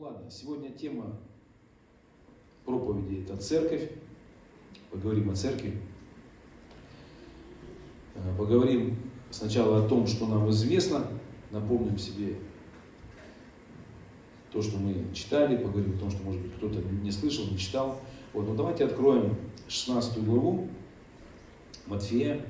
ладно, сегодня тема проповеди – это церковь. Поговорим о церкви. Поговорим сначала о том, что нам известно. Напомним себе то, что мы читали. Поговорим о том, что, может быть, кто-то не слышал, не читал. Вот, ну давайте откроем 16 главу Матфея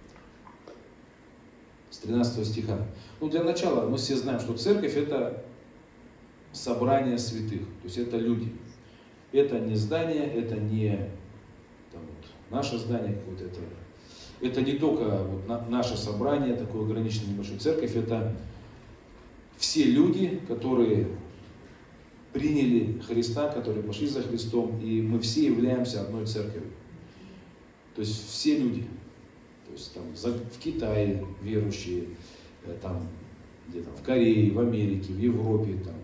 с 13 стиха. Ну, для начала мы все знаем, что церковь – это собрание святых, то есть это люди. Это не здание, это не там, вот, наше здание какое-то, это не только вот, наше собрание, такое ограниченное небольшое. Церковь – это все люди, которые приняли Христа, которые пошли за Христом, и мы все являемся одной церковью. То есть все люди. То есть там в Китае верующие, там, где-то в Корее, в Америке, в Европе, там,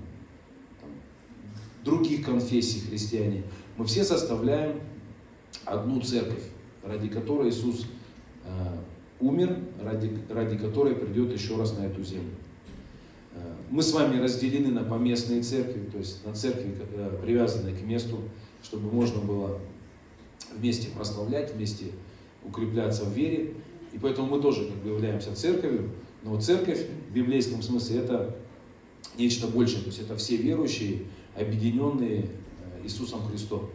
других конфессий христиане. Мы все составляем одну церковь, ради которой Иисус умер, ради которой придет еще раз на эту землю. Мы с вами разделены на поместные церкви, то есть на церкви, привязанные к месту, чтобы можно было вместе прославлять, вместе укрепляться в вере. И поэтому мы тоже как бы являемся церковью. Но церковь в библейском смысле это нечто большее. То есть это все верующие, объединенные Иисусом Христом.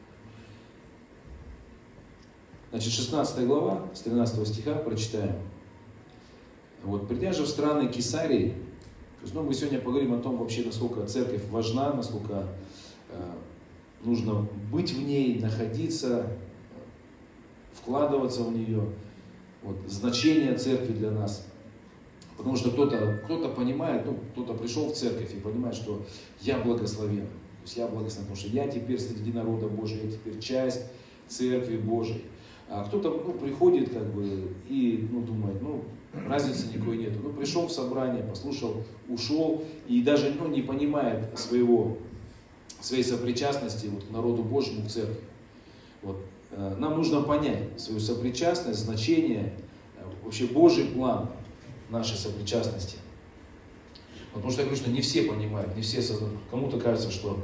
Значит, 16 глава, с 13 стиха прочитаем. Вот, придя же в страны Кесарии, то есть, мы сегодня поговорим о том, вообще, насколько церковь важна, насколько нужно быть в ней, находиться, вкладываться в нее. Вот, значение церкви для нас. Потому что кто-то понимает, кто-то пришел в церковь и понимает, что я благословен. То есть я благословен, потому что я теперь среди народа Божьего, я теперь часть церкви Божьей. А кто-то приходит и думает, разницы никакой нет. Пришел в собрание, послушал, ушел и даже не понимает своей сопричастности к народу Божьему, в церкви. Вот. Нам нужно понять свою сопричастность, значение, вообще Божий план нашей сопричастности. Потому что я говорю, что не все понимают, не все осознают. Кому-то кажется, что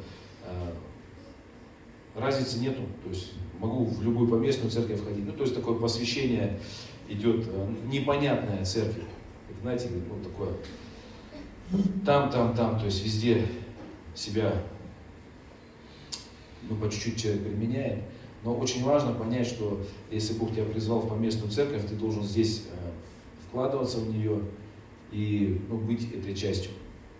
разницы нету, то есть могу в любую поместную церковь ходить. То есть такое посвящение идет, непонятное церкви. Знаете, такое там, то есть везде себя по чуть-чуть человек применяет. Но очень важно понять, что если Бог тебя призвал в поместную церковь, ты должен здесь вкладываться в нее и быть этой частью.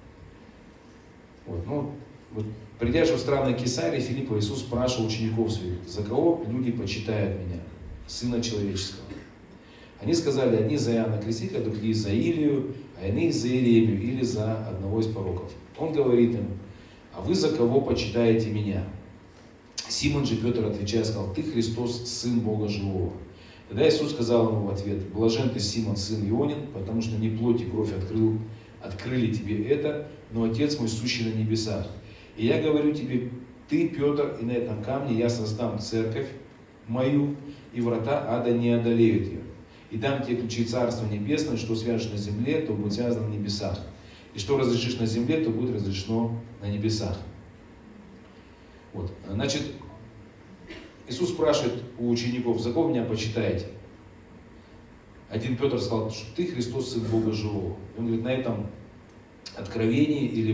Вот, придя же в страны Кесарии Филиппа, Иисус спрашивал учеников своих: за кого люди почитают меня, Сына Человеческого? Они сказали: одни за Иоанна Крестителя, другие за Илию, а иные за Иеремию или за одного из пророков. Он говорит им: а вы за кого почитаете меня? Симон же Петр, отвечая, сказал: ты Христос, Сын Бога Живого. Тогда Иисус сказал ему в ответ: блажен ты, Симон, сын Ионин, потому что не плоть и кровь открыли тебе это, но Отец мой, сущий на небесах. И я говорю тебе: ты, Петр, и на этом камне я создам церковь мою, и врата ада не одолеют ее. И дам тебе ключи Царства Небесного, что свяжешь на земле, то будет связано на небесах. И что разрешишь на земле, то будет разрешено на небесах. Вот. Значит, Иисус спрашивает у учеников: за кого меня почитаете? Один Петр сказал, что ты Христос, Сын Бога Живого. И он говорит, на этом откровении или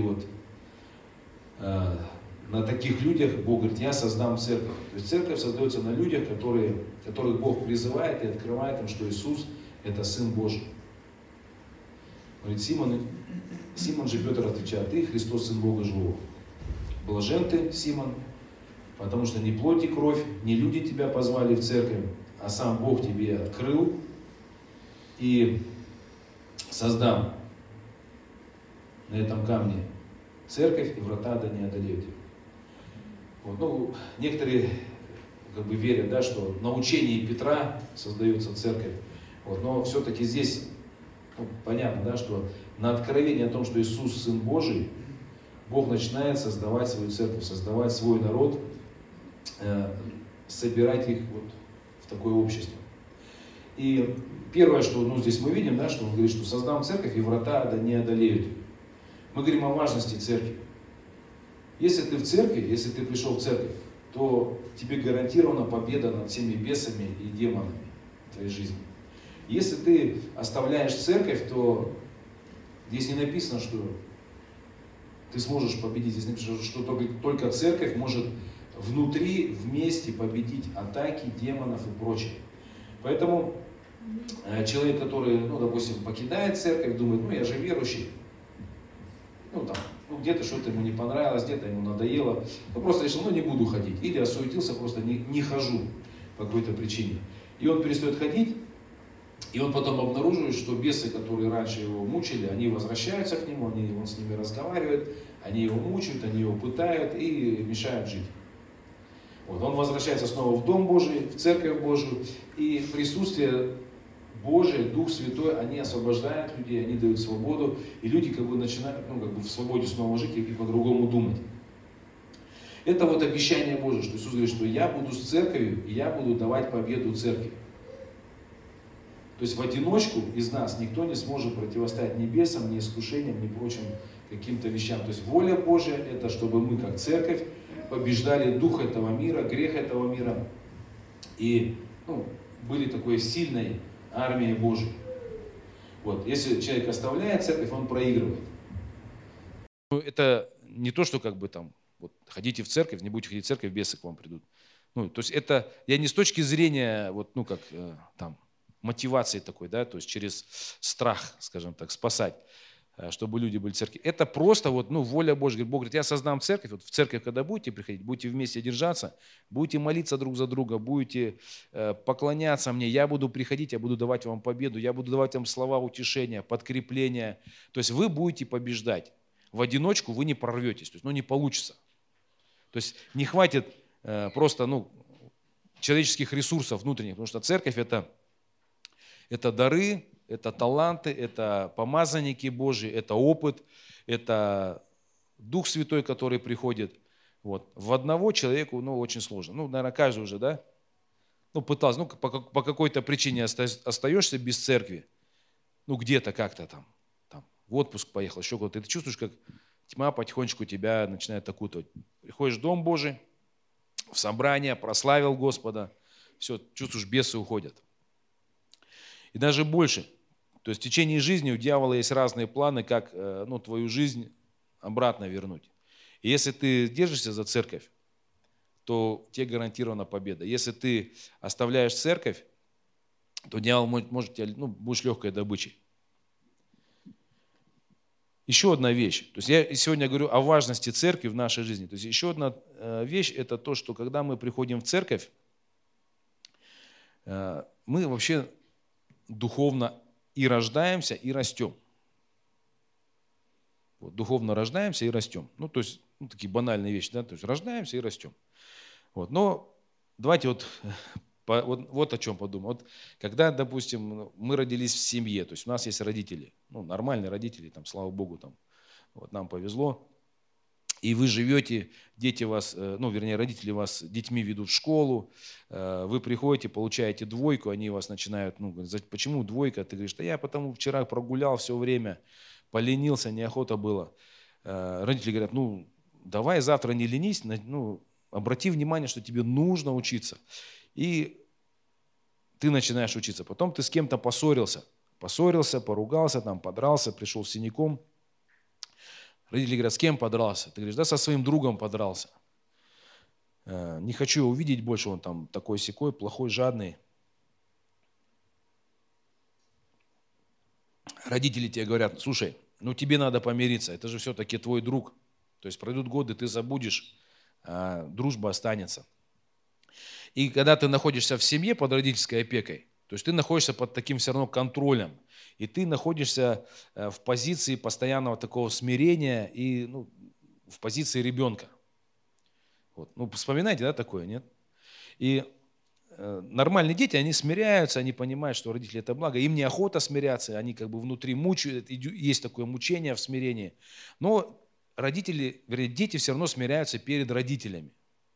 на таких людях Бог говорит: я создам церковь. То есть церковь создается на людях, которых Бог призывает и открывает им, что Иисус это Сын Божий. Говорит, Симон же Петр отвечает: ты Христос, Сын Бога Живого. Блажен ты, Симон, потому что не плоть и кровь, не люди тебя позвали в церковь, а сам Бог тебе открыл. И создам на этом камне церковь, и врата ада не одолеют ее. Вот. Некоторые верят, что на учении Петра создается церковь. Вот. Но все-таки здесь понятно, что на откровении о том, что Иисус Сын Божий, Бог начинает создавать свою церковь, создавать свой народ, собирать их в такое общество. И первое, что здесь мы видим, что он говорит, что создам церковь, и врата ада не одолеют ее. Мы говорим о важности церкви. Если ты в церкви, если ты пришел в церковь, то тебе гарантирована победа над всеми бесами и демонами в твоей жизни. Если ты оставляешь церковь, то здесь не написано, что ты сможешь победить. Здесь написано, что только церковь может внутри, вместе победить атаки демонов и прочее. Поэтому человек, который, допустим, покидает церковь, думает, я же верующий, где-то что-то ему не понравилось, где-то ему надоело, просто решил, не буду ходить. Или осуетился, просто не хожу по какой-то причине. И он перестает ходить, и он потом обнаруживает, что бесы, которые раньше его мучили, они возвращаются к нему, он с ними разговаривает, они его мучают, они его пытают и мешают жить. Он возвращается снова в Дом Божий, в Церковь Божию, и присутствие Божие, Дух Святой, они освобождают людей, они дают свободу, и люди начинают в свободе снова жить и по-другому думать. Это обещание Божие, что Иисус говорит, что я буду с церковью, и я буду давать победу церкви. То есть в одиночку из нас никто не сможет противостоять ни бесам, ни искушениям, ни прочим каким-то вещам. То есть воля Божия – это чтобы мы, как церковь, побеждали дух этого мира, грех этого мира и были такой сильной армией Божией. Если человек оставляет церковь, он проигрывает. Это не то, что ходите в церковь, не будете ходить в церковь, бесы к вам придут. То есть это я не с точки зрения мотивации такой, да, то есть через страх, скажем так, спасать, чтобы люди были в церкви. Это просто воля Божья. Бог говорит, я создам церковь, в церковь, когда будете приходить, будете вместе держаться, будете молиться друг за друга, будете поклоняться мне, я буду приходить, я буду давать вам победу, я буду давать вам слова утешения, подкрепления. То есть вы будете побеждать. В одиночку вы не прорветесь, то есть не получится. То есть не хватит просто человеческих ресурсов внутренних, потому что церковь это дары, это таланты, это помазанники Божьи, это опыт, это Дух Святой, который приходит. В одного человеку, очень сложно. Наверное, каждый уже, да? Пытался, по какой-то причине остаешься без церкви, где-то как-то там, в отпуск поехал, еще куда-то. Ты чувствуешь, как тьма потихонечку тебя начинает окутывать. Приходишь в Дом Божий, в собрание, прославил Господа, все, чувствуешь, бесы уходят. И даже больше. То есть в течение жизни у дьявола есть разные планы, как твою жизнь обратно вернуть. И если ты держишься за церковь, то тебе гарантирована победа. Если ты оставляешь церковь, то дьявол может тебя, будешь легкой добычей. Еще одна вещь. То есть я сегодня говорю о важности церкви в нашей жизни. То есть еще одна вещь – это то, что когда мы приходим в церковь, мы вообще духовно и рождаемся, и растем. Духовно рождаемся и растем. То есть, такие банальные вещи, да, то есть рождаемся и растем. Но давайте вот о чем подумаем. Когда, допустим, мы родились в семье, то есть у нас есть родители, нормальные родители, слава Богу, нам повезло, и вы живете, дети вас, родители вас детьми ведут в школу, вы приходите, получаете двойку, они вас начинают, говорят, почему двойка? Ты говоришь, я потому вчера прогулял все время, поленился, неохота было. Родители говорят, давай завтра не ленись, обрати внимание, что тебе нужно учиться. И ты начинаешь учиться. Потом ты с кем-то поссорился, поругался, подрался, пришел с синяком. Родители говорят, с кем подрался? Ты говоришь, со своим другом подрался. Не хочу его увидеть больше, он такой-сякой, плохой, жадный. Родители тебе говорят, слушай, тебе надо помириться, это же все-таки твой друг. То есть пройдут годы, ты забудешь, а дружба останется. И когда ты находишься в семье под родительской опекой, то есть ты находишься под таким все равно контролем, и ты находишься в позиции постоянного такого смирения и в позиции ребенка. Вспоминаете, да, такое, нет? И нормальные дети, они смиряются, они понимают, что родители – это благо, им неохота смиряться, они внутри мучают, есть такое мучение в смирении. Но дети все равно смиряются перед родителями.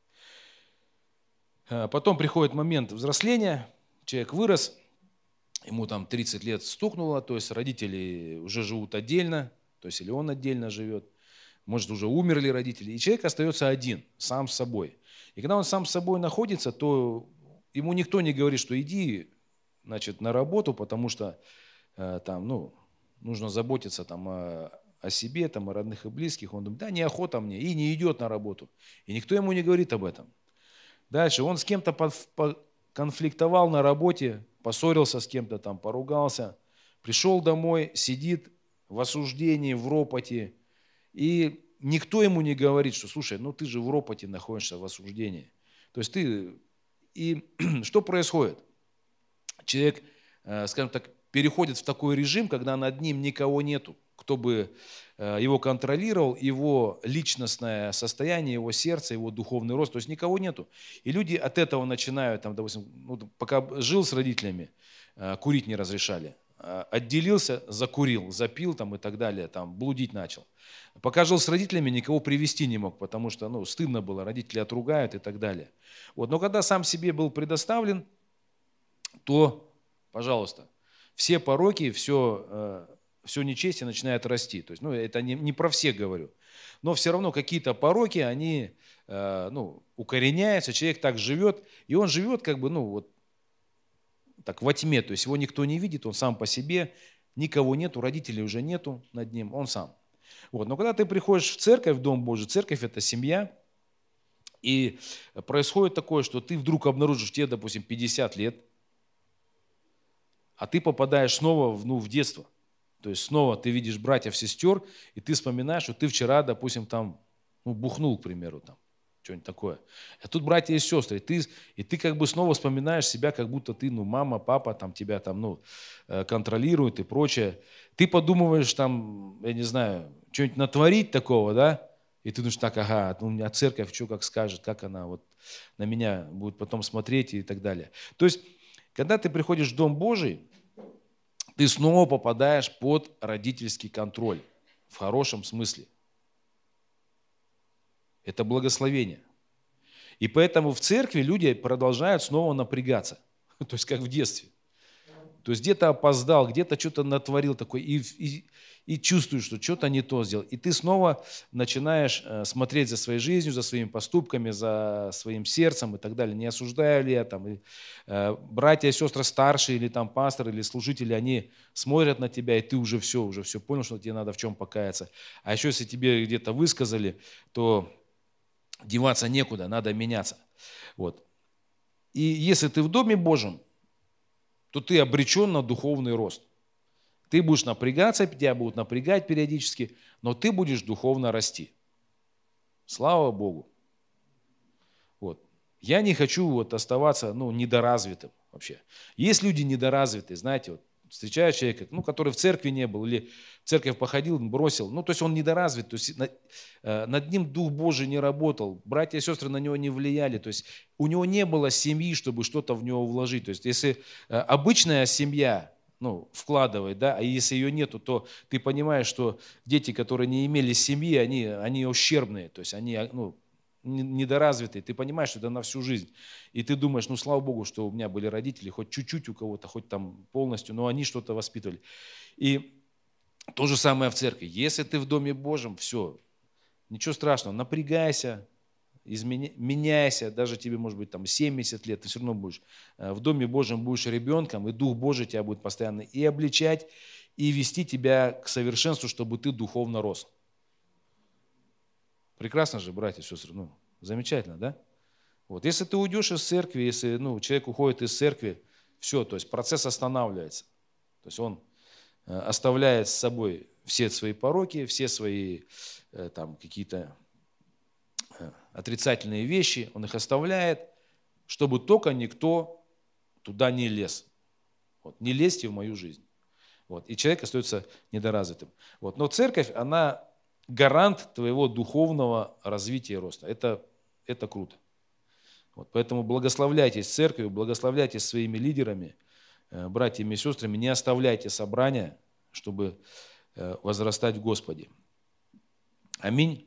Потом приходит момент взросления, человек вырос, ему 30 лет стукнуло, то есть родители уже живут отдельно, то есть или он отдельно живет. может, уже умерли родители, и человек остается один, сам с собой. И когда он сам с собой находится, то ему никто не говорит, что иди, значит, на работу, потому что там, ну, нужно заботиться там о себе, там, о родных и близких. Он думает, да, неохота мне, и не идет на работу. И никто ему не говорит об этом. Дальше он с кем-то конфликтовал на работе, поссорился с кем-то там, поругался, пришел домой, сидит в осуждении, в ропоте, и никто ему не говорит, что, слушай, ну ты же в ропоте находишься, в осуждении. То есть ты... И что происходит? Человек, скажем так, переходит в такой режим, когда над ним никого нету, кто бы его контролировал, его личностное состояние, его сердце, его духовный рост, то есть никого нету. И люди от этого начинают, там, допустим, ну, пока жил с родителями, курить не разрешали, отделился, закурил, запил там, и так далее, там, блудить начал. Пока жил с родителями, никого привести не мог, потому что ну, стыдно было, родители отругают и так далее. Вот. Но когда сам себе был предоставлен, то, пожалуйста, все пороки, все нечестие начинает расти. То есть, ну, это не про всех говорю. Но все равно какие-то пороки, они ну, укореняются, человек так живет, и он живет как бы, ну, вот так во тьме, то есть его никто не видит, он сам по себе, никого нету, родителей уже нету над ним, он сам. Вот. Но когда ты приходишь в церковь, в Дом Божий, церковь – это семья, и происходит такое, что ты вдруг обнаружишь, тебе, допустим, 50 лет, а ты попадаешь снова в детство. То есть снова ты видишь братьев, сестер, и ты вспоминаешь, что ты вчера, допустим, там, ну, бухнул, к примеру, там, что-нибудь такое. А тут братья и сестры, и ты как бы снова вспоминаешь себя, как будто ты, ну, мама, папа, там, тебя там, ну, контролируют и прочее. Ты подумываешь там, я не знаю, что-нибудь натворить такого, да, и ты думаешь, так, ага, ну, у меня церковь, что как скажет, как она вот на меня будет потом смотреть и так далее. То есть, когда ты приходишь в Дом Божий, ты снова попадаешь под родительский контроль, в хорошем смысле. Это благословение. И поэтому в церкви люди продолжают снова напрягаться, то есть как в детстве. То есть где-то опоздал, где-то что-то натворил такое, и чувствуешь, что что-то не то сделал. И ты снова начинаешь смотреть за своей жизнью, за своими поступками, за своим сердцем и так далее. Не осуждаю ли я там. И, братья и сестры старшие, или там пастор, или служители, они смотрят на тебя, и ты уже все понял, что тебе надо в чем покаяться. А еще если тебе где-то высказали, то деваться некуда, надо меняться. Вот. И если ты в Доме Божьем, то ты обречен на духовный рост. Ты будешь напрягаться, тебя будут напрягать периодически, но ты будешь духовно расти. Слава Богу. Вот. Я не хочу вот оставаться недоразвитым вообще. Есть люди недоразвитые, знаете, вот, встречаю человека, который в церкви не был, или в церковь походил, бросил, то есть он недоразвит, то есть над ним Дух Божий не работал, братья и сестры на него не влияли, то есть у него не было семьи, чтобы что-то в него вложить. То есть если обычная семья, вкладывает, да, а если ее нету, то ты понимаешь, что дети, которые не имели семьи, они ущербные, то есть они, недоразвитые, ты понимаешь, что это на всю жизнь. И ты думаешь, слава Богу, что у меня были родители, хоть чуть-чуть у кого-то, хоть там полностью, но они что-то воспитывали. И то же самое в церкви. Если ты в Доме Божьем, все, ничего страшного, напрягайся, меняйся, даже тебе, может быть, там 70 лет, ты все равно будешь в Доме Божьем, будешь ребенком, и Дух Божий тебя будет постоянно и обличать, и вести тебя к совершенству, чтобы ты духовно рос. Прекрасно же, братья и сестры, замечательно, да? Вот. Если ты уйдешь из церкви, если человек уходит из церкви, все, то есть процесс останавливается. То есть он оставляет с собой все свои пороки, все свои там какие-то отрицательные вещи, он их оставляет, чтобы только никто туда не лез. Вот. Не лезьте в мою жизнь. Вот. И человек остается недоразвитым. Вот. Но церковь, она гарант твоего духовного развития и роста. Это круто. Вот. Поэтому благословляйтесь церковью, благословляйтесь своими лидерами, братьями и сестрами, не оставляйте собрания, чтобы возрастать в Господе. Аминь.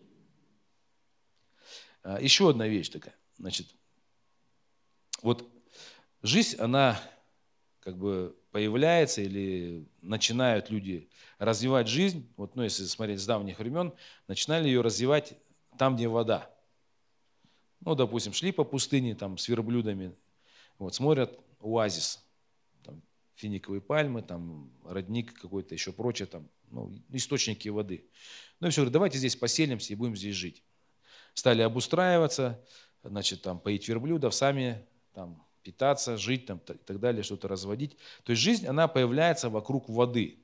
Еще одна вещь такая. Значит, вот жизнь, она как бы появляется или начинают люди развивать жизнь, вот, ну, если смотреть с давних времен, начинали ее развивать там, где вода. Ну, допустим, шли по пустыне там, с верблюдами, вот, смотрят оазис, там, финиковые пальмы, там, родник какой-то, еще прочее, там, ну, источники воды. Ну и все, говорят, давайте здесь поселимся и будем здесь жить. Стали обустраиваться, значит, там, поить верблюдов, сами там, питаться, жить там, и так далее, что-то разводить. То есть жизнь, она появляется вокруг воды.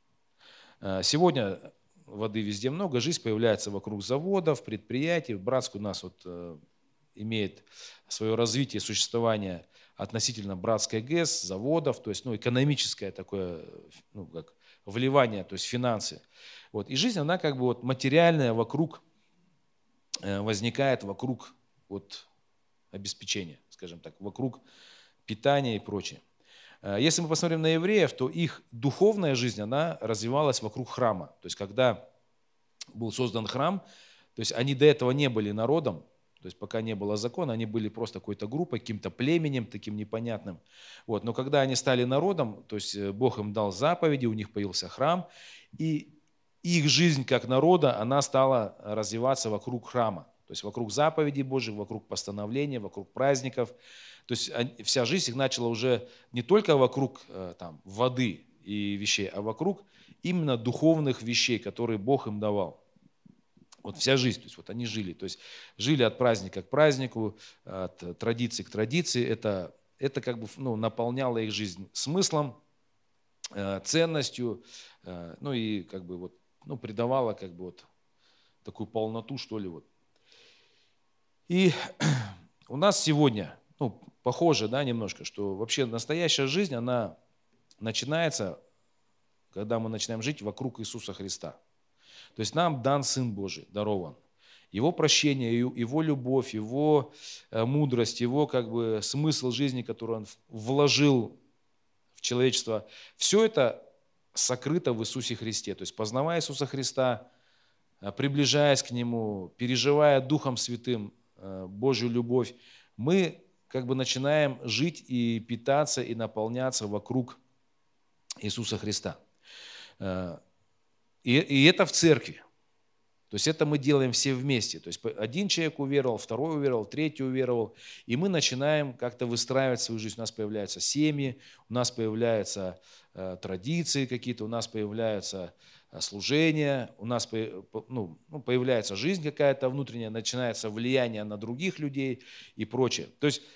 Сегодня воды везде много, жизнь появляется вокруг заводов, предприятий. Братск у нас вот имеет свое развитие, существование относительно Братской ГЭС, заводов, то есть ну, экономическое такое ну, как вливание, то есть финансы. Вот. И жизнь, она как бы вот материальная вокруг, возникает вокруг вот, обеспечения, скажем так, вокруг питания и прочее. Если мы посмотрим на евреев, то их духовная жизнь, она развивалась вокруг храма. То есть когда был создан храм, то есть они до этого не были народом, то есть пока не было закона, они были просто какой-то группой, каким-то племенем таким непонятным. Вот. Но когда они стали народом, то есть Бог им дал заповеди, у них появился храм, и их жизнь как народа, она стала развиваться вокруг храма. То есть вокруг заповедей Божьих, вокруг постановлений, вокруг праздников. То есть вся жизнь их начала уже не только вокруг там, воды и вещей, а вокруг именно духовных вещей, которые Бог им давал. Вот вся жизнь, то есть вот они жили, то есть жили от праздника к празднику, от традиции к традиции. Это как бы ну, наполняло их жизнь смыслом, ценностью, ну и как бы вот ну, придавало как бы вот такую полноту, что ли. Вот. И у нас сегодня, ну, похоже, да, немножко, что вообще настоящая жизнь, она начинается, когда мы начинаем жить вокруг Иисуса Христа. То есть нам дан Сын Божий, дарован. Его прощение, Его любовь, Его мудрость, Его как бы смысл жизни, который Он вложил в человечество, все это сокрыто в Иисусе Христе. То есть познавая Иисуса Христа, приближаясь к Нему, переживая Духом Святым Божью любовь, мы как бы начинаем жить и питаться, и наполняться вокруг Иисуса Христа. И это в церкви. То есть это мы делаем все вместе. То есть один человек уверовал, второй уверовал, третий уверовал. И мы начинаем как-то выстраивать свою жизнь. У нас появляются семьи, у нас появляются традиции какие-то, у нас появляются служения, у нас появляется жизнь какая-то внутренняя, начинается влияние на других людей и прочее. То есть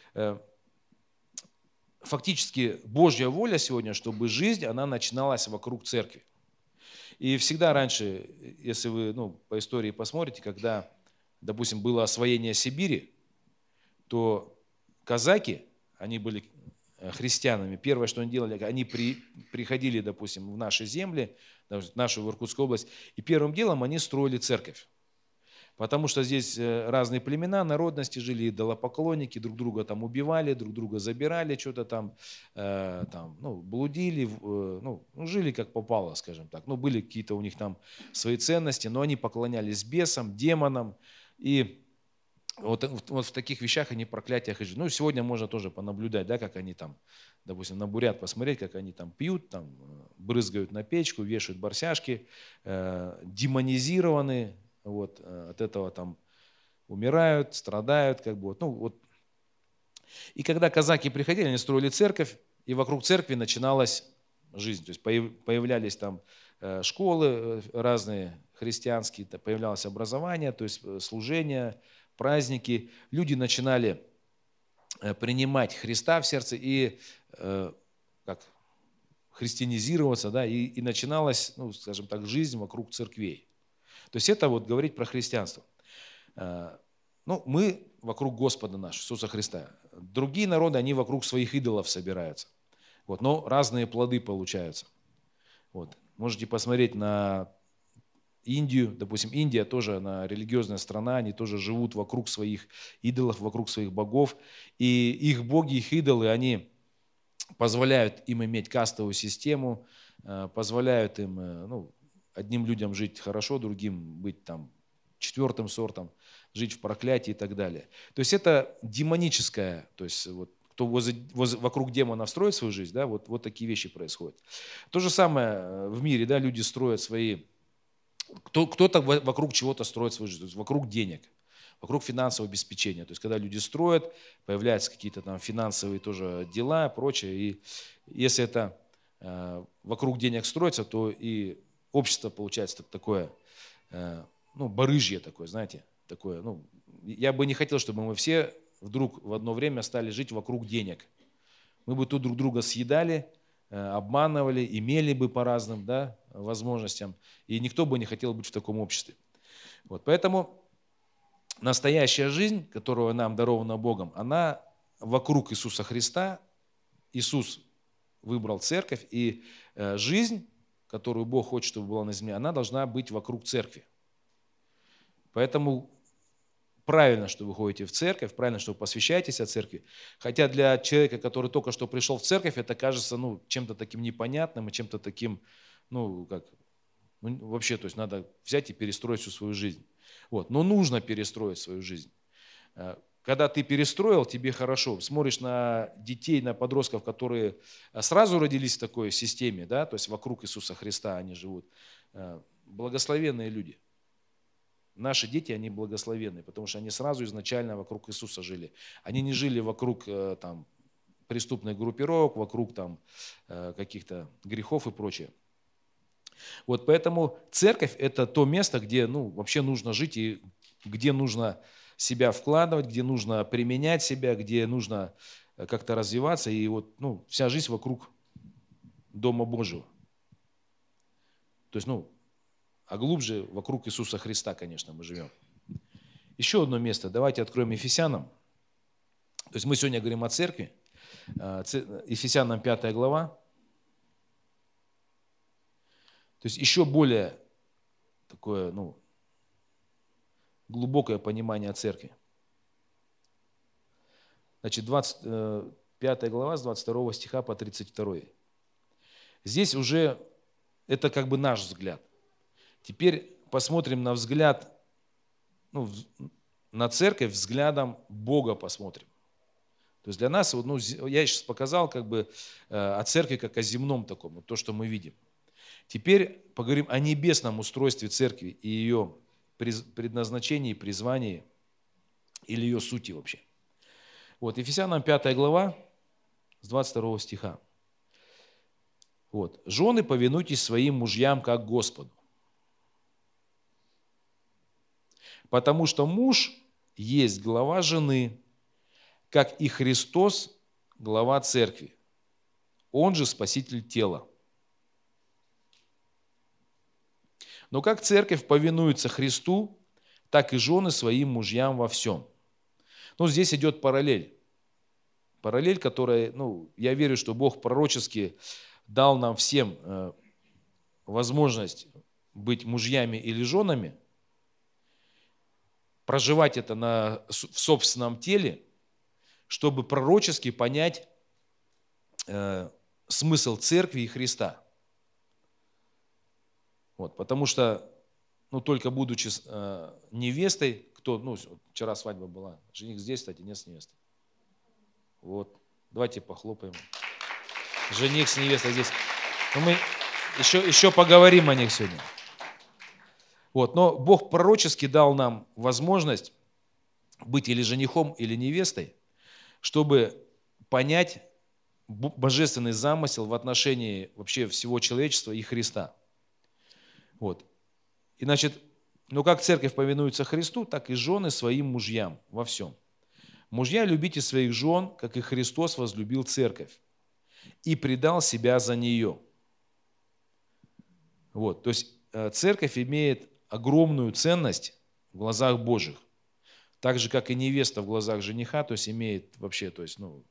фактически Божья воля сегодня, чтобы жизнь, она начиналась вокруг церкви. И всегда раньше, если вы по истории посмотрите, когда, допустим, было освоение Сибири, то казаки, они были христианами, первое, что они делали, они приходили, допустим, в наши земли, в нашу Иркутскую область, и первым делом они строили церковь. Потому что здесь разные племена, народности жили, идолопоклонники, друг друга там убивали, друг друга забирали, что-то там, блудили, жили как попало, скажем так. Были какие-то у них там свои ценности, но они поклонялись бесам, демонам, и вот в таких вещах они проклятиях и жили. Сегодня можно тоже понаблюдать, да, как они там, допустим, на бурят посмотреть, как они там пьют, там, брызгают на печку, вешают барсяшки, демонизированы. Вот, от этого там умирают, страдают, как бы, И когда казаки приходили, они строили церковь, и вокруг церкви начиналась жизнь. То есть появлялись там школы разные христианские, появлялось образование, то есть служения, праздники. Люди начинали принимать Христа в сердце и христианизироваться, да, и начиналась, скажем так, жизнь вокруг церквей. То есть это вот говорить про христианство. Мы вокруг Господа нашего, Иисуса Христа. Другие народы, они вокруг своих идолов собираются. Но разные плоды получаются. Можете посмотреть на Индию. Допустим, Индия тоже она религиозная страна, они тоже живут вокруг своих идолов, вокруг своих богов. И их боги, их идолы, они позволяют им иметь кастовую систему, позволяют им, одним людям жить хорошо, другим быть там четвертым сортом, жить в проклятии и так далее. То есть это демоническое, то есть кто вокруг демонов строит свою жизнь, да, вот такие вещи происходят. То же самое в мире, да, люди строят свои, кто-то вокруг чего-то строит свою жизнь, то есть вокруг денег, вокруг финансового обеспечения. То есть когда люди строят, появляются какие-то там финансовые тоже дела, прочее, и если это вокруг денег строится, то и общество получается такое, ну, барыжье такое, знаете, такое, ну, я бы не хотел, чтобы мы все вдруг в одно время стали жить вокруг денег. Мы бы тут друг друга съедали, обманывали, имели бы по разным, да, возможностям, и никто бы не хотел быть в таком обществе. Вот, поэтому настоящая жизнь, которая нам дарована Богом, она вокруг Иисуса Христа. Иисус выбрал церковь, и жизнь, которую Бог хочет, чтобы была на земле, она должна быть вокруг церкви. Поэтому правильно, что вы ходите в церковь, правильно, что вы посвящаетесь о церкви. Хотя для человека, который только что пришел в церковь, это кажется, ну, чем-то таким непонятным и чем-то таким, ну, как, ну, вообще, то есть надо взять и перестроить всю свою жизнь. Вот. Но нужно перестроить свою жизнь. Когда ты перестроил, тебе хорошо. Смотришь на детей, на подростков, которые сразу родились в такой системе, да, то есть вокруг Иисуса Христа они живут. Благословенные люди. Наши дети, они благословенные, потому что они сразу изначально вокруг Иисуса жили. Они не жили вокруг там, преступных группировок, вокруг там, каких-то грехов и прочее. Вот поэтому церковь – это то место, где ну, вообще нужно жить и где нужно себя вкладывать, где нужно применять себя, где нужно как-то развиваться. И вот ну, вся жизнь вокруг Дома Божьего. То есть, ну, а глубже вокруг Иисуса Христа, конечно, мы живем. Еще одно место. Давайте откроем Ефесянам. То есть мы сегодня говорим о церкви. Ефесянам 5 глава. То есть еще более такое, ну, глубокое понимание церкви. Значит, 5 глава с 22 стиха по 32. Здесь уже это как бы наш взгляд. Теперь посмотрим на взгляд, ну, на церковь взглядом Бога посмотрим. То есть для нас, ну, я сейчас показал как бы о церкви как о земном таком, то, что мы видим. Теперь поговорим о небесном устройстве церкви и ее предназначении, призвании или ее сути вообще. Вот, Ефесянам 5 глава с 22 стиха. Вот. «Жены, повинуйтесь своим мужьям, как Господу. Потому что муж есть глава жены, как и Христос глава церкви. Он же спаситель тела. Но как церковь повинуется Христу, так и жены своим мужьям во всем». Ну, здесь идет параллель. Параллель, которая, ну, я верю, что Бог пророчески дал нам всем возможность быть мужьями или женами, проживать это в собственном теле, чтобы пророчески понять смысл церкви и Христа. Вот, потому что, ну, только будучи невестой, ну, вчера свадьба была, жених здесь, кстати, нет с невестой. Вот, давайте похлопаем. Жених с невестой здесь. Но мы еще поговорим о них сегодня. Вот, но Бог пророчески дал нам возможность быть или женихом, или невестой, чтобы понять божественный замысел в отношении вообще всего человечества и Христа. Вот. И значит, ну как церковь повинуется Христу, так и жены своим мужьям во всем. Мужья, любите своих жен, как и Христос возлюбил церковь и предал себя за нее. Вот. То есть церковь имеет огромную ценность в глазах Божьих, так же, как и невеста в глазах жениха, то есть имеет вообще, то есть, ну,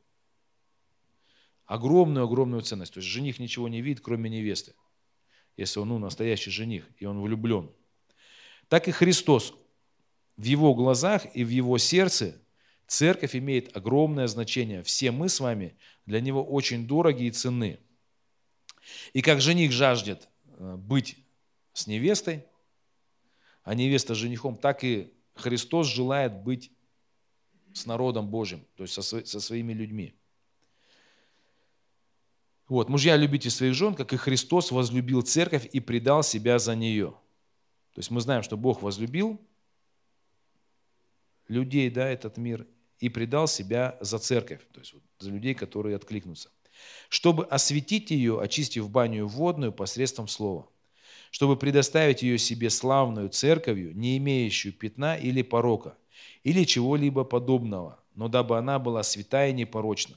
огромную ценность. То есть жених ничего не видит, кроме невесты, если он, ну, настоящий жених, и он влюблен. Так и Христос в его глазах и в его сердце церковь имеет огромное значение. Все мы с вами для него очень дороги и ценны. И как жених жаждет быть с невестой, а невеста с женихом, так и Христос желает быть с народом Божьим, то есть со своими людьми. Вот, мужья, любите своих жен, как и Христос возлюбил церковь и предал себя за нее. То есть мы знаем, что Бог возлюбил людей, да, этот мир, и предал себя за церковь, то есть вот за людей, которые откликнутся. Чтобы осветить ее, очистив баню водную посредством слова, чтобы предоставить ее себе славную церковью, не имеющую пятна или порока, или чего-либо подобного, но дабы она была святая и непорочна.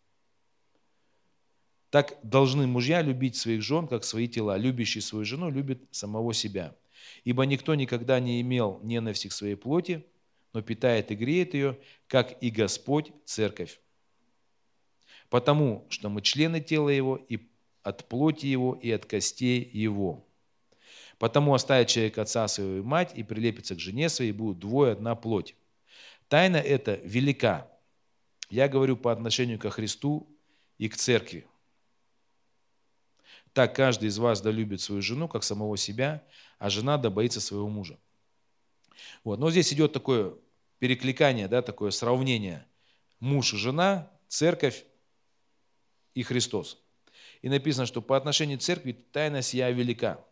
Так должны мужья любить своих жен, как свои тела. Любящий свою жену любит самого себя. Ибо никто никогда не имел ненависти к своей плоти, но питает и греет ее, как и Господь церковь. Потому что мы члены тела Его, и от плоти Его, и от костей Его. Потому оставит человек отца своего и мать, и прилепится к жене своей, и будут двое одна плоть. Тайна эта велика. Я говорю по отношению ко Христу и к церкви. Так каждый из вас да любит свою жену, как самого себя, а жена да боится своего мужа. Вот. Но здесь идет такое перекликание, да, такое сравнение. Муж и жена, церковь и Христос. И написано, что по отношению к церкви тайна сия велика.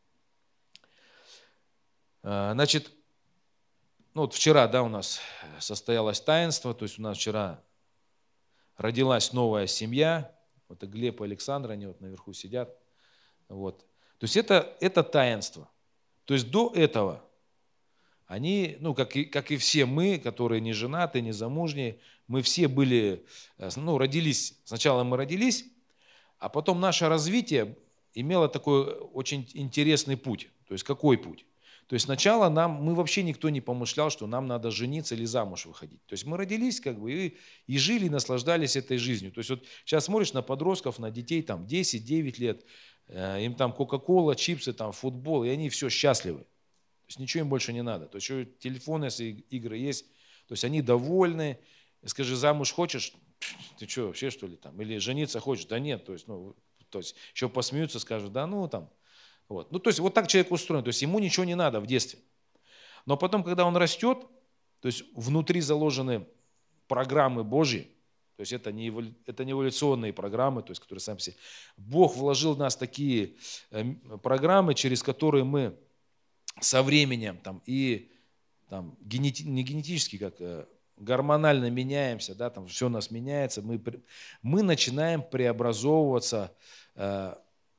Значит, ну вот вчера, да, у нас состоялось таинство, то есть у нас вчера родилась новая семья. Вот Глеб и Александра, они вот наверху сидят. Вот. То есть это таинство. То есть до этого они, ну, как и все мы, которые не женаты, не замужние, мы все были, ну, родились, сначала мы родились, а потом наше развитие имело такой очень интересный путь. То есть какой путь? То есть сначала мы вообще никто не помышлял, что нам надо жениться или замуж выходить. То есть мы родились как бы и жили, и наслаждались этой жизнью. То есть вот сейчас смотришь на подростков, на детей там 10-9 лет, им там кока-кола, чипсы, там футбол, и они все счастливы. То есть ничего им больше не надо. То есть еще телефоны, если игры есть, то есть они довольны. Скажи, замуж хочешь? Ты что, вообще что ли там? Или жениться хочешь? Да нет. То есть еще посмеются, скажут, да ну там. Вот. Ну то есть вот так человек устроен. То есть ему ничего не надо в детстве. Но потом, когда он растет, то есть внутри заложены программы Божьи, то есть это не эволюционные программы, то есть, которые сами себе. Бог вложил в нас такие программы, через которые мы со временем там, и там, не генетически, как гормонально меняемся, да, там все у нас меняется, мы начинаем преобразовываться в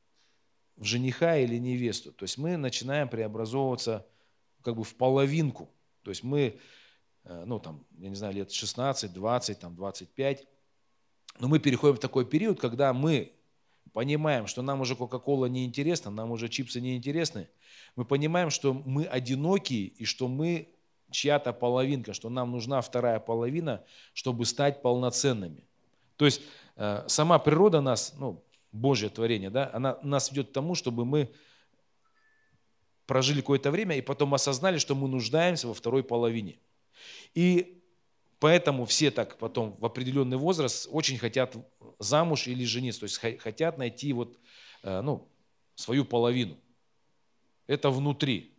жениха или невесту. То есть мы начинаем преобразовываться как бы в половинку. То есть мы, ну там, я не знаю, лет 16, 20, там, 25, но мы переходим в такой период, когда мы понимаем, что нам уже Кока-Кола не интересна, нам уже чипсы не интересны. Мы понимаем, что мы одинокие и что мы чья-то половинка, что нам нужна вторая половина, чтобы стать полноценными. То есть сама природа нас, ну, Божье творение, да, она нас ведет к тому, чтобы мы прожили какое-то время и потом осознали, что мы нуждаемся во второй половине. И поэтому все так потом в определенный возраст очень хотят замуж или жениться, то есть хотят найти вот, ну, свою половину. Это внутри.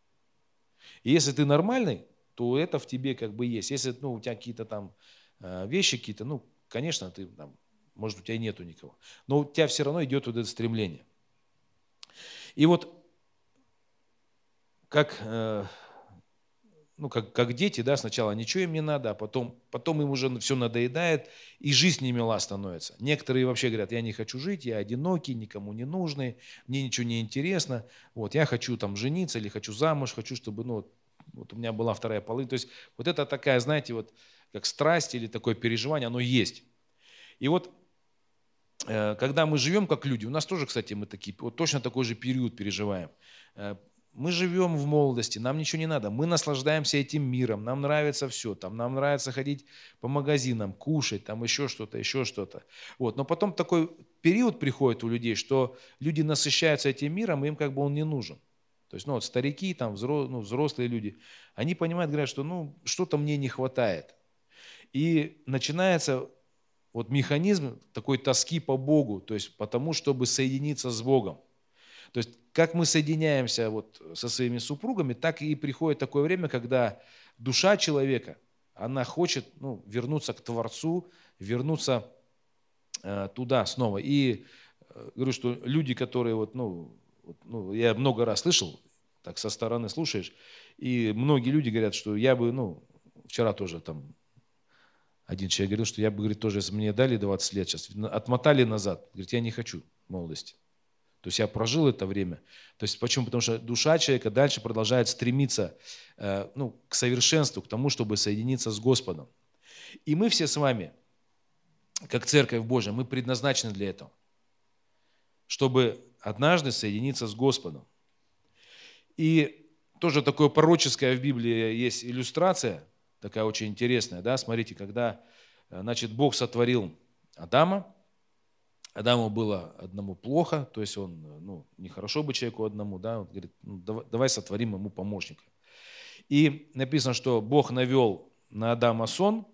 И если ты нормальный, то это в тебе как бы есть. Если у тебя какие-то там вещи какие-то, ну, конечно, ты там, может, у тебя нету никого. Но у тебя все равно идет вот это стремление. И вот как дети, да, сначала ничего им не надо, а потом им уже все надоедает, и жизнь не мила становится. Некоторые вообще говорят, я не хочу жить, я одинокий, никому не нужный, мне ничего не интересно, вот, я хочу там жениться или хочу замуж, хочу, чтобы, ну, вот у меня была вторая половина. То есть вот это такая, знаете, вот как страсть или такое переживание, оно есть. И вот когда мы живем как люди, у нас тоже, кстати, мы такие, вот точно такой же период переживаем. Мы живем в молодости, нам ничего не надо, мы наслаждаемся этим миром, нам нравится все, там, нам нравится ходить по магазинам, кушать, там еще что-то, еще что-то. Вот. Но потом такой период приходит у людей, что люди насыщаются этим миром, и им как бы он не нужен. То есть, ну, вот старики, там, взрослые люди, они понимают, говорят, что ну, что-то мне не хватает. И начинается вот механизм такой тоски по Богу, то есть потому, чтобы соединиться с Богом. То есть как мы соединяемся вот со своими супругами, так и приходит такое время, когда душа человека, она хочет, ну, вернуться к Творцу, вернуться туда снова. И говорю, что люди, которые я много раз слышал, так со стороны слушаешь, и многие люди говорят, что я бы, вчера тоже там один человек говорил, что я бы, говорит, тоже, если мне дали 20 лет, сейчас отмотали назад, говорит, я не хочу молодости. То есть я прожил это время. То есть почему? Потому что душа человека дальше продолжает стремиться к совершенству, к тому, чтобы соединиться с Господом. И мы все с вами, как Церковь Божия, мы предназначены для этого, чтобы однажды соединиться с Господом. И тоже такое пророческое в Библии есть иллюстрация, такая очень интересная, да, смотрите, когда, значит, Бог сотворил Адама, Адаму было одному плохо, то есть он, нехорошо быть человеку одному, да, он говорит, давай сотворим ему помощника. И написано, что Бог навел на Адама сон,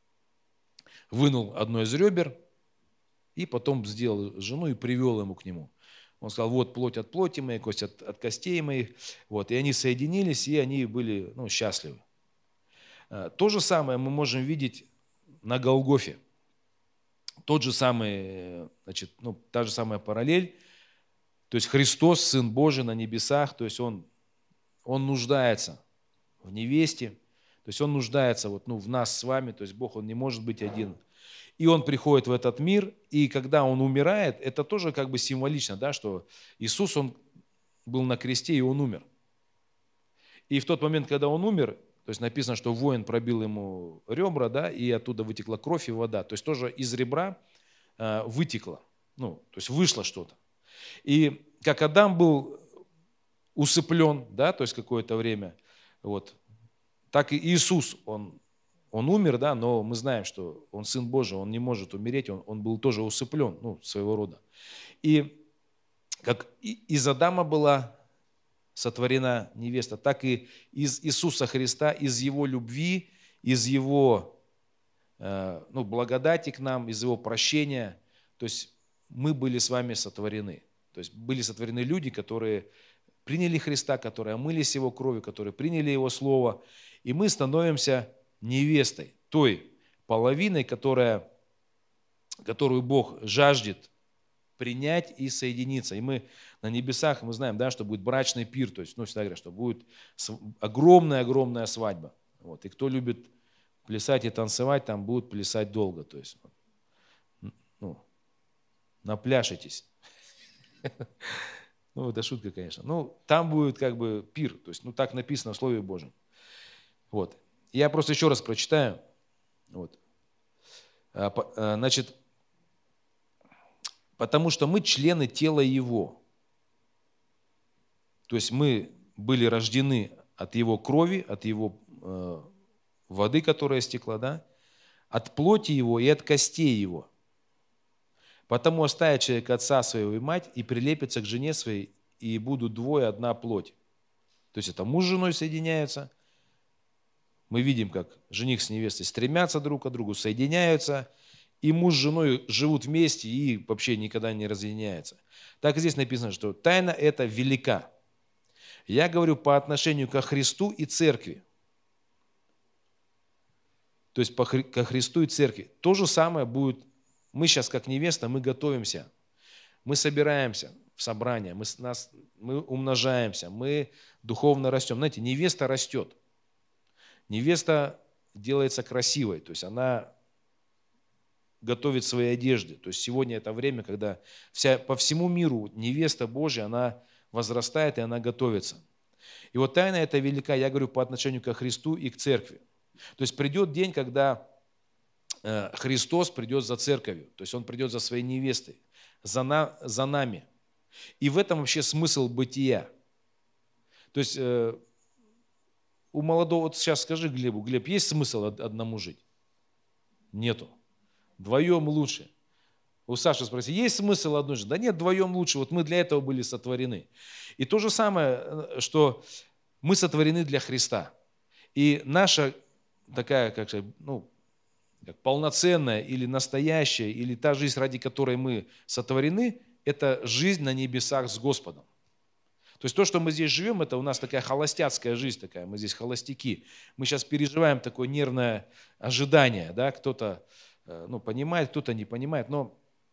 вынул одно из ребер, и потом сделал жену и привел ему к нему. Он сказал, вот плоть от плоти моей, кость от костей моих. Вот, и они соединились, и они были счастливы. То же самое мы можем видеть на Голгофе. Тот же самый, та же самая параллель. То есть Христос, Сын Божий на небесах, то есть Он нуждается в невесте, то есть Он нуждается в нас с вами, то есть Бог, Он не может быть один. И Он приходит в этот мир, и когда Он умирает, это тоже как бы символично, да, что Иисус, Он был на кресте, и Он умер. И в тот момент, когда Он умер, то есть написано, что воин пробил ему ребра, да, и оттуда вытекла кровь и вода. То есть тоже из ребра вытекло, то есть вышло что-то. И как Адам был усыплен, да, то есть какое-то время, так и Иисус, Он умер, да, но мы знаем, что Он Сын Божий, Он не может умереть, Он был тоже усыплен, своего рода. И как из Адама была сотворена невеста, так и из Иисуса Христа, из Его любви, из Его благодати к нам, из Его прощения, то есть мы были с вами сотворены. То есть были сотворены люди, которые приняли Христа, которые омылись Его кровью, которые приняли Его Слово, и мы становимся невестой, той половиной, которую Бог жаждет принять и соединиться. И мы на небесах, мы знаем, да, что будет брачный пир, то есть, всегда говорят, что будет огромная-огромная свадьба. И кто любит плясать и танцевать, там будут плясать долго, то есть, напляшитесь. Это шутка, конечно. Там будет как бы пир, то есть, так написано в Слове Божьем. Я просто еще раз прочитаю. Значит, потому что мы члены тела Его. То есть мы были рождены от Его крови, от Его воды, которая стекла, да, от плоти Его и от костей Его. Потому оставит человек отца своего и мать, и прилепится к жене своей, и будут двое одна плоть. То есть это муж с женой соединяются. Мы видим, как жених с невестой стремятся друг к другу, соединяются, и муж с женой живут вместе и вообще никогда не разъединяются. Так здесь написано, что тайна эта велика. Я говорю по отношению ко Христу и Церкви. То есть ко Христу и Церкви. То же самое будет. Мы сейчас, как невеста, мы готовимся. Мы собираемся в собрание, мы умножаемся, мы духовно растем. Знаете, невеста растет. Невеста делается красивой, то есть она готовит свои одежды. То есть сегодня это время, когда по всему миру невеста Божья, она возрастает и она готовится. И тайна эта велика, я говорю, по отношению к Христу и к Церкви. То есть придет день, когда Христос придет за Церковью, то есть Он придет за своей невестой, за нами. И в этом вообще смысл бытия. То есть у молодого, сейчас скажи Глебу, Глеб, есть смысл одному жить? Нету. Вдвоем лучше. У Саши спроси, есть смысл одной жить? Да нет, вдвоем лучше. Мы для этого были сотворены. И то же самое, что мы сотворены для Христа. И наша такая, как полноценная или настоящая, или та жизнь, ради которой мы сотворены, это жизнь на небесах с Господом. То есть то, что мы здесь живем, это у нас такая холостяцкая жизнь такая, мы здесь холостяки. Мы сейчас переживаем такое нервное ожидание, да, кто-то понимает, кто-то не понимает, но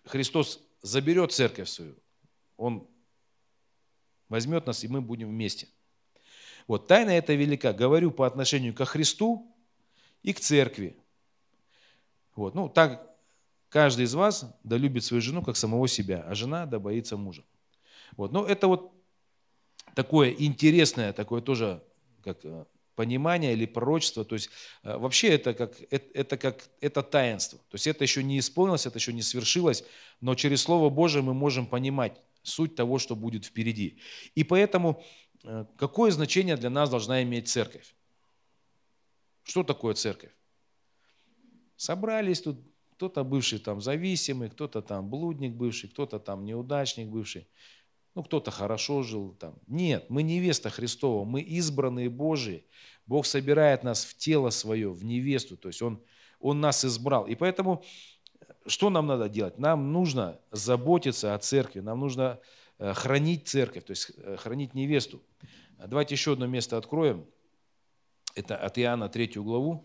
Христос заберет церковь свою, Он возьмет нас, и мы будем вместе. Вот, тайна эта велика. Говорю по отношению ко Христу и к церкви. Вот, ну, так каждый из вас да любит свою жену, как самого себя, а жена да боится мужа. Вот, ну, это вот такое интересное, такое тоже как понимание или пророчество. То есть вообще это таинство. То есть это еще не исполнилось, это еще не свершилось, но через Слово Божие мы можем понимать суть того, что будет впереди. И поэтому какое значение для нас должна иметь церковь? Что такое церковь? Собрались тут, кто-то бывший там зависимый, кто-то там блудник бывший, кто-то там неудачник бывший, ну кто-то хорошо жил там. Нет, мы невеста Христова, мы избранные Божии. Бог собирает нас в тело свое, в невесту, то есть Он нас избрал. И поэтому что нам надо делать? Нам нужно заботиться о церкви, нам нужно хранить церковь, то есть хранить невесту. Давайте еще одно место откроем. Это от Иоанна 3 главу.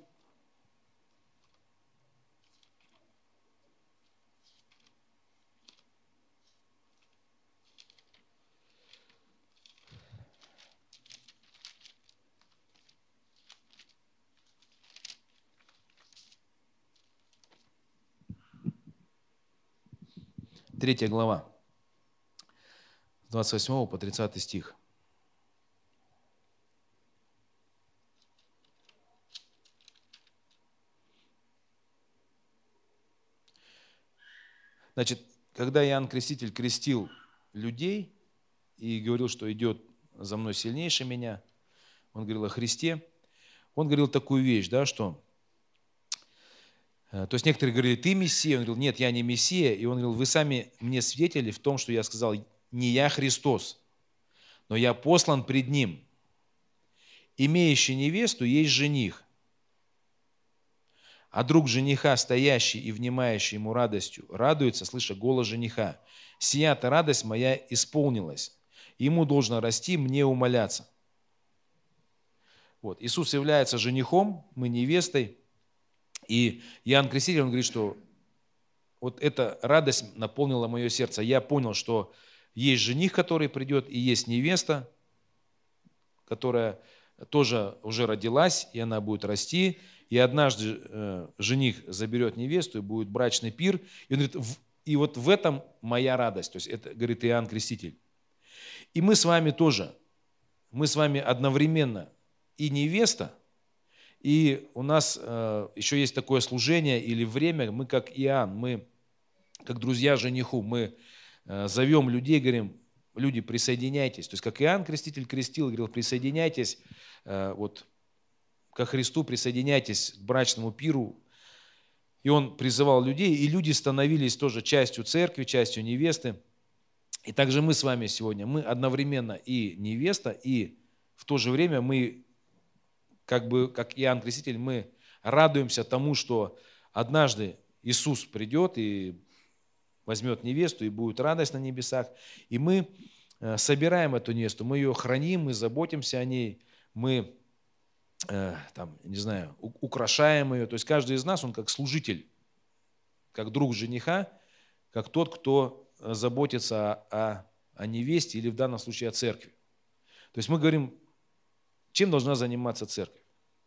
Третья глава, с 28 по 30 стих. Значит, когда Иоанн Креститель крестил людей и говорил, что идет за мной сильнейший меня, он говорил о Христе, он говорил такую вещь, да, что, то есть некоторые говорили, ты Мессия, он говорил, нет, я не Мессия, и он говорил, вы сами мне свидетели в том, что я сказал, не я Христос, но я послан пред Ним. Имеющий невесту есть жених, а друг жениха, стоящий и внимающий ему радостью, радуется, слыша голос жениха. Сия-то радость моя исполнилась. Ему должно расти, мне умоляться. Вот. Иисус является женихом, мы невестой. И Иоанн Креститель, он говорит, что вот эта радость наполнила мое сердце. Я понял, что есть жених, который придет, и есть невеста, которая тоже уже родилась, и она будет расти. И однажды жених заберет невесту, и будет брачный пир. И он говорит, и вот в этом моя радость. То есть это, говорит Иоанн Креститель. И мы с вами тоже, мы с вами одновременно и невеста, и у нас еще есть такое служение или время, мы как Иоанн, мы как друзья жениху, мы зовем людей, говорим, люди, присоединяйтесь. То есть как Иоанн Креститель крестил, говорил, присоединяйтесь вот ко Христу, присоединяйтесь к брачному пиру. И он призывал людей, и люди становились тоже частью церкви, частью невесты. И также мы с вами сегодня, мы одновременно и невеста, и в то же время мы, как Иоанн Креститель, мы радуемся тому, что однажды Иисус придет и возьмет невесту, и будет радость на небесах. И мы собираем эту невесту, мы ее храним, мы заботимся о ней, мы там, не знаю, украшаем ее. То есть каждый из нас, он как служитель, как друг жениха, как тот, кто заботится о невесте или в данном случае о церкви. То есть мы говорим, чем должна заниматься церковь?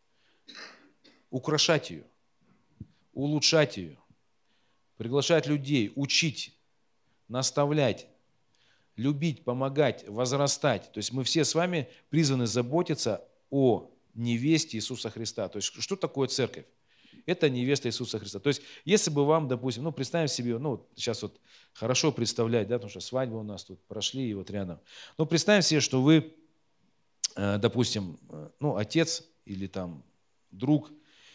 Украшать ее, улучшать ее, приглашать людей, учить, наставлять, любить, помогать, возрастать. То есть мы все с вами призваны заботиться о невесте Иисуса Христа. То есть что такое церковь? Это невеста Иисуса Христа. То есть если бы вам, допустим, представим себе, сейчас вот хорошо представлять, да, потому что свадьбы у нас тут прошли и вот рядом. Но представим себе, что вы, допустим, отец или там друг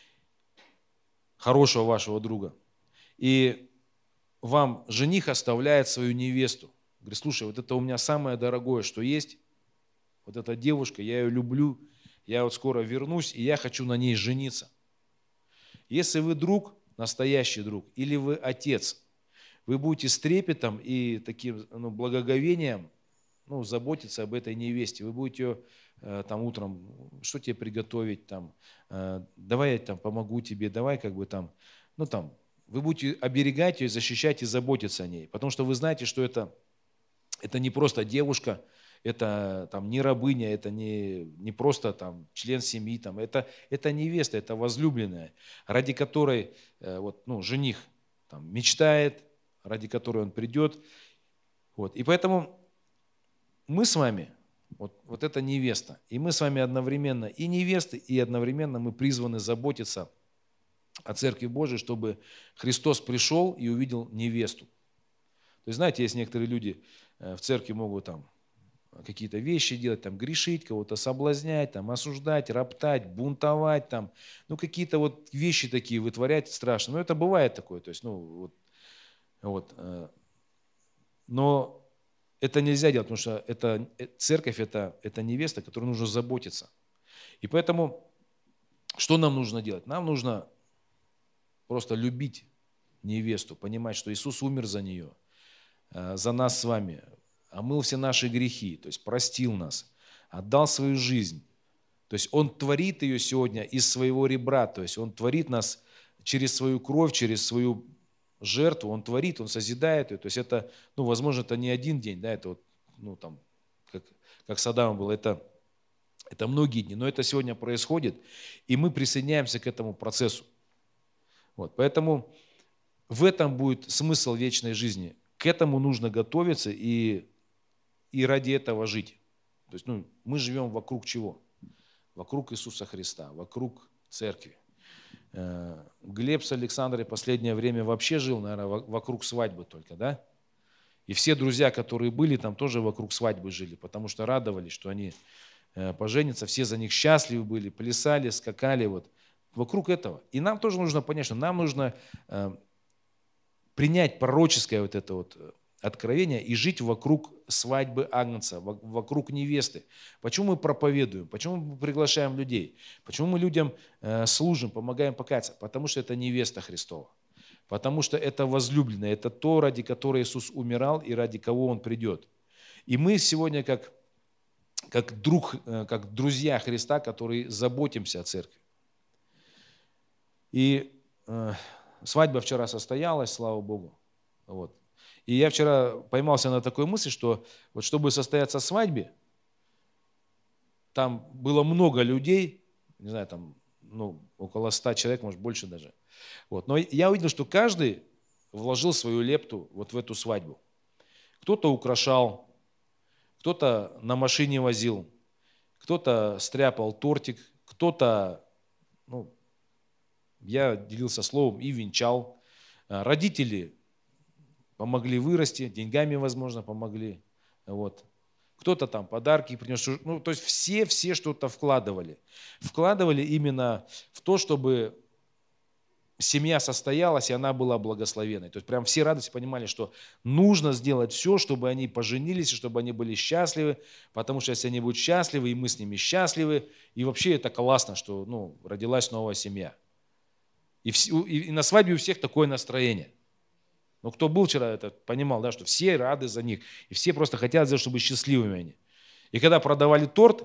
хорошего вашего друга, и вам жених оставляет свою невесту. Говорит, слушай, вот это у меня самое дорогое, что есть, вот эта девушка, я ее люблю, я вот скоро вернусь, и я хочу на ней жениться. Если вы друг, настоящий друг, или вы отец, вы будете с трепетом и таким благоговением заботиться об этой невесте. Вы будете ее там утром, что тебе приготовить, там, давай я там помогу тебе, давай вы будете оберегать ее, защищать и заботиться о ней. Потому что вы знаете, что это не просто девушка, это там, не рабыня, это не просто там, член семьи, там, это невеста, это возлюбленная, ради которой жених там, мечтает, ради которой он придет. Вот. И поэтому мы с вами, вот эта невеста, и мы с вами одновременно и невесты, и одновременно мы призваны заботиться о Церкви Божией, чтобы Христос пришел и увидел невесту. То есть, знаете, есть некоторые люди в церкви могут там какие-то вещи делать, там, грешить, кого-то соблазнять, там, осуждать, роптать, бунтовать, там, какие-то вот вещи такие вытворять страшно. Это бывает такое, то есть, но это нельзя делать, потому что церковь это невеста, которой нужно заботиться. И поэтому, что нам нужно делать? Нам нужно просто любить невесту, понимать, что Иисус умер за нее, за нас с вами, омыл все наши грехи, то есть простил нас, отдал свою жизнь. То есть Он творит ее сегодня из своего ребра, то есть Он творит нас через свою кровь, через свою жертву, Он творит, Он созидает ее. То есть это, возможно, это не один день, да, это как с Адамом было, это многие дни, но это сегодня происходит, и мы присоединяемся к этому процессу. Поэтому в этом будет смысл вечной жизни. К этому нужно готовиться и ради этого жить. То есть мы живем вокруг чего? Вокруг Иисуса Христа, вокруг церкви. Глеб с Александрой последнее время вообще жил, наверное, вокруг свадьбы только, да? И все друзья, которые были там, тоже вокруг свадьбы жили, потому что радовались, что они поженятся, все за них счастливы были, плясали, скакали, вокруг этого. И нам тоже нужно понять, что нам нужно принять пророческое откровение и жить вокруг свадьбы Агнца, вокруг невесты. Почему мы проповедуем? Почему мы приглашаем людей? Почему мы людям служим, помогаем покаяться? Потому что это невеста Христова. Потому что это возлюбленная, это то, ради которого Иисус умирал и ради кого Он придет. И мы сегодня как друзья Христа, которые заботимся о церкви. И свадьба вчера состоялась, слава Богу. И я вчера поймался на такой мысли, что чтобы состояться свадьбе, там было много людей, не знаю, там около 100 человек, может больше даже. Но я увидел, что каждый вложил свою лепту в эту свадьбу. Кто-то украшал, кто-то на машине возил, кто-то стряпал тортик, кто-то, я делился словом и венчал. Родители помогли вырасти, деньгами, возможно, помогли. Кто-то там подарки принес. То есть все что-то вкладывали. Вкладывали именно в то, чтобы семья состоялась, и она была благословенной. То есть прям все радости понимали, что нужно сделать все, чтобы они поженились, и чтобы они были счастливы, потому что если они будут счастливы, и мы с ними счастливы, и вообще это классно, что родилась новая семья. И на свадьбе у всех такое настроение. Но кто был вчера, это понимал, да, что все рады за них. И все просто хотят, чтобы счастливыми они. И когда продавали торт,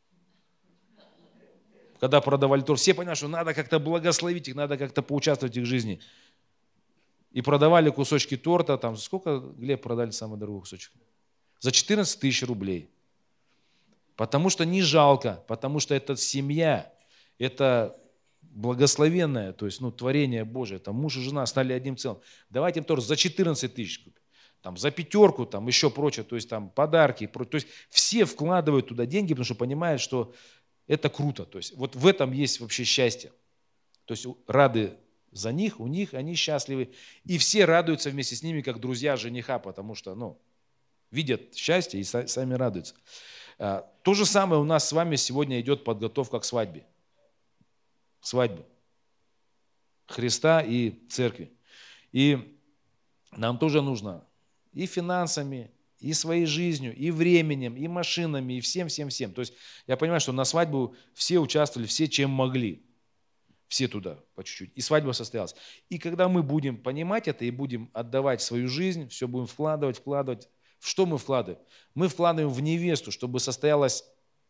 все поняли, что надо как-то благословить их, надо как-то поучаствовать в их жизни. И продавали кусочки торта. Там сколько, Глеб, продали самый дорогой кусочек? За 14 тысяч рублей. Потому что не жалко, потому что это семья, это благословенное, то есть творение Божие, там муж и жена стали одним целым. Давайте им торт за 14 тысяч купим, там за 5, там еще прочее, то есть там подарки, то есть все вкладывают туда деньги, потому что понимают, что это круто, то есть в этом есть вообще счастье. То есть рады за них, у них, они счастливы, и все радуются вместе с ними, как друзья жениха, потому что, видят счастье и сами радуются. То же самое у нас с вами сегодня идет подготовка к свадьбе. Свадьбы Христа и церкви. И нам тоже нужно и финансами, и своей жизнью, и временем, и машинами, и всем. То есть я понимаю, что на свадьбу все участвовали, все чем могли. Все туда по чуть-чуть. И свадьба состоялась. И когда мы будем понимать это и будем отдавать свою жизнь, все будем вкладывать, в что мы вкладываем? Мы вкладываем в невесту, чтобы состоялась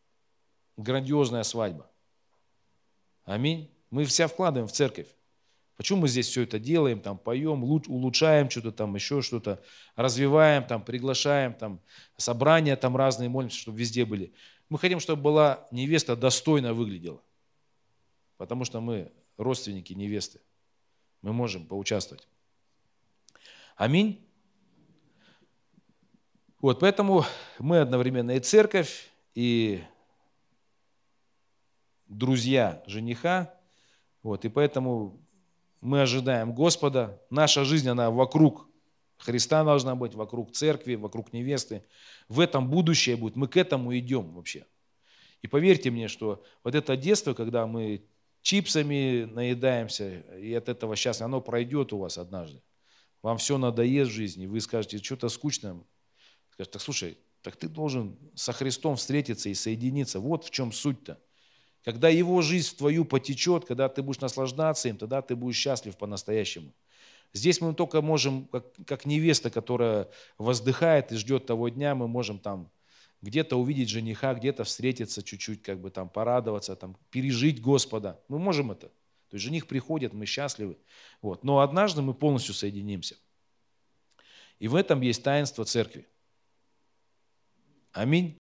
грандиозная свадьба. Аминь. Мы вся вкладываем в церковь. Почему мы здесь все это делаем, там поем, улучшаем что-то там, еще что-то, развиваем, там приглашаем, там собрания там разные, молимся, чтобы везде были. Мы хотим, чтобы была невеста достойно выглядела, потому что мы родственники невесты, мы можем поучаствовать. Аминь. Вот, поэтому мы одновременно и церковь, и друзья жениха, вот, и поэтому мы ожидаем Господа. Наша жизнь, она вокруг Христа должна быть, вокруг церкви, вокруг невесты. В этом будущее будет. Мы к этому идем вообще. И поверьте мне, что вот это детство, когда мы чипсами наедаемся, и от этого счастья, оно пройдет у вас однажды. Вам все надоест в жизни, вы скажете, что-то скучно. Скажете, так слушай, так ты должен со Христом встретиться и соединиться. Вот в чем суть-то. Когда Его жизнь в твою потечет, когда ты будешь наслаждаться им, тогда ты будешь счастлив по-настоящему. Здесь мы только можем, как невеста, которая воздыхает и ждет того дня, мы можем там где-то увидеть жениха, где-то встретиться чуть-чуть, как бы там порадоваться, там, пережить Господа. Мы можем это. То есть жених приходит, мы счастливы. Вот. Но однажды мы полностью соединимся. И в этом есть таинство церкви. Аминь.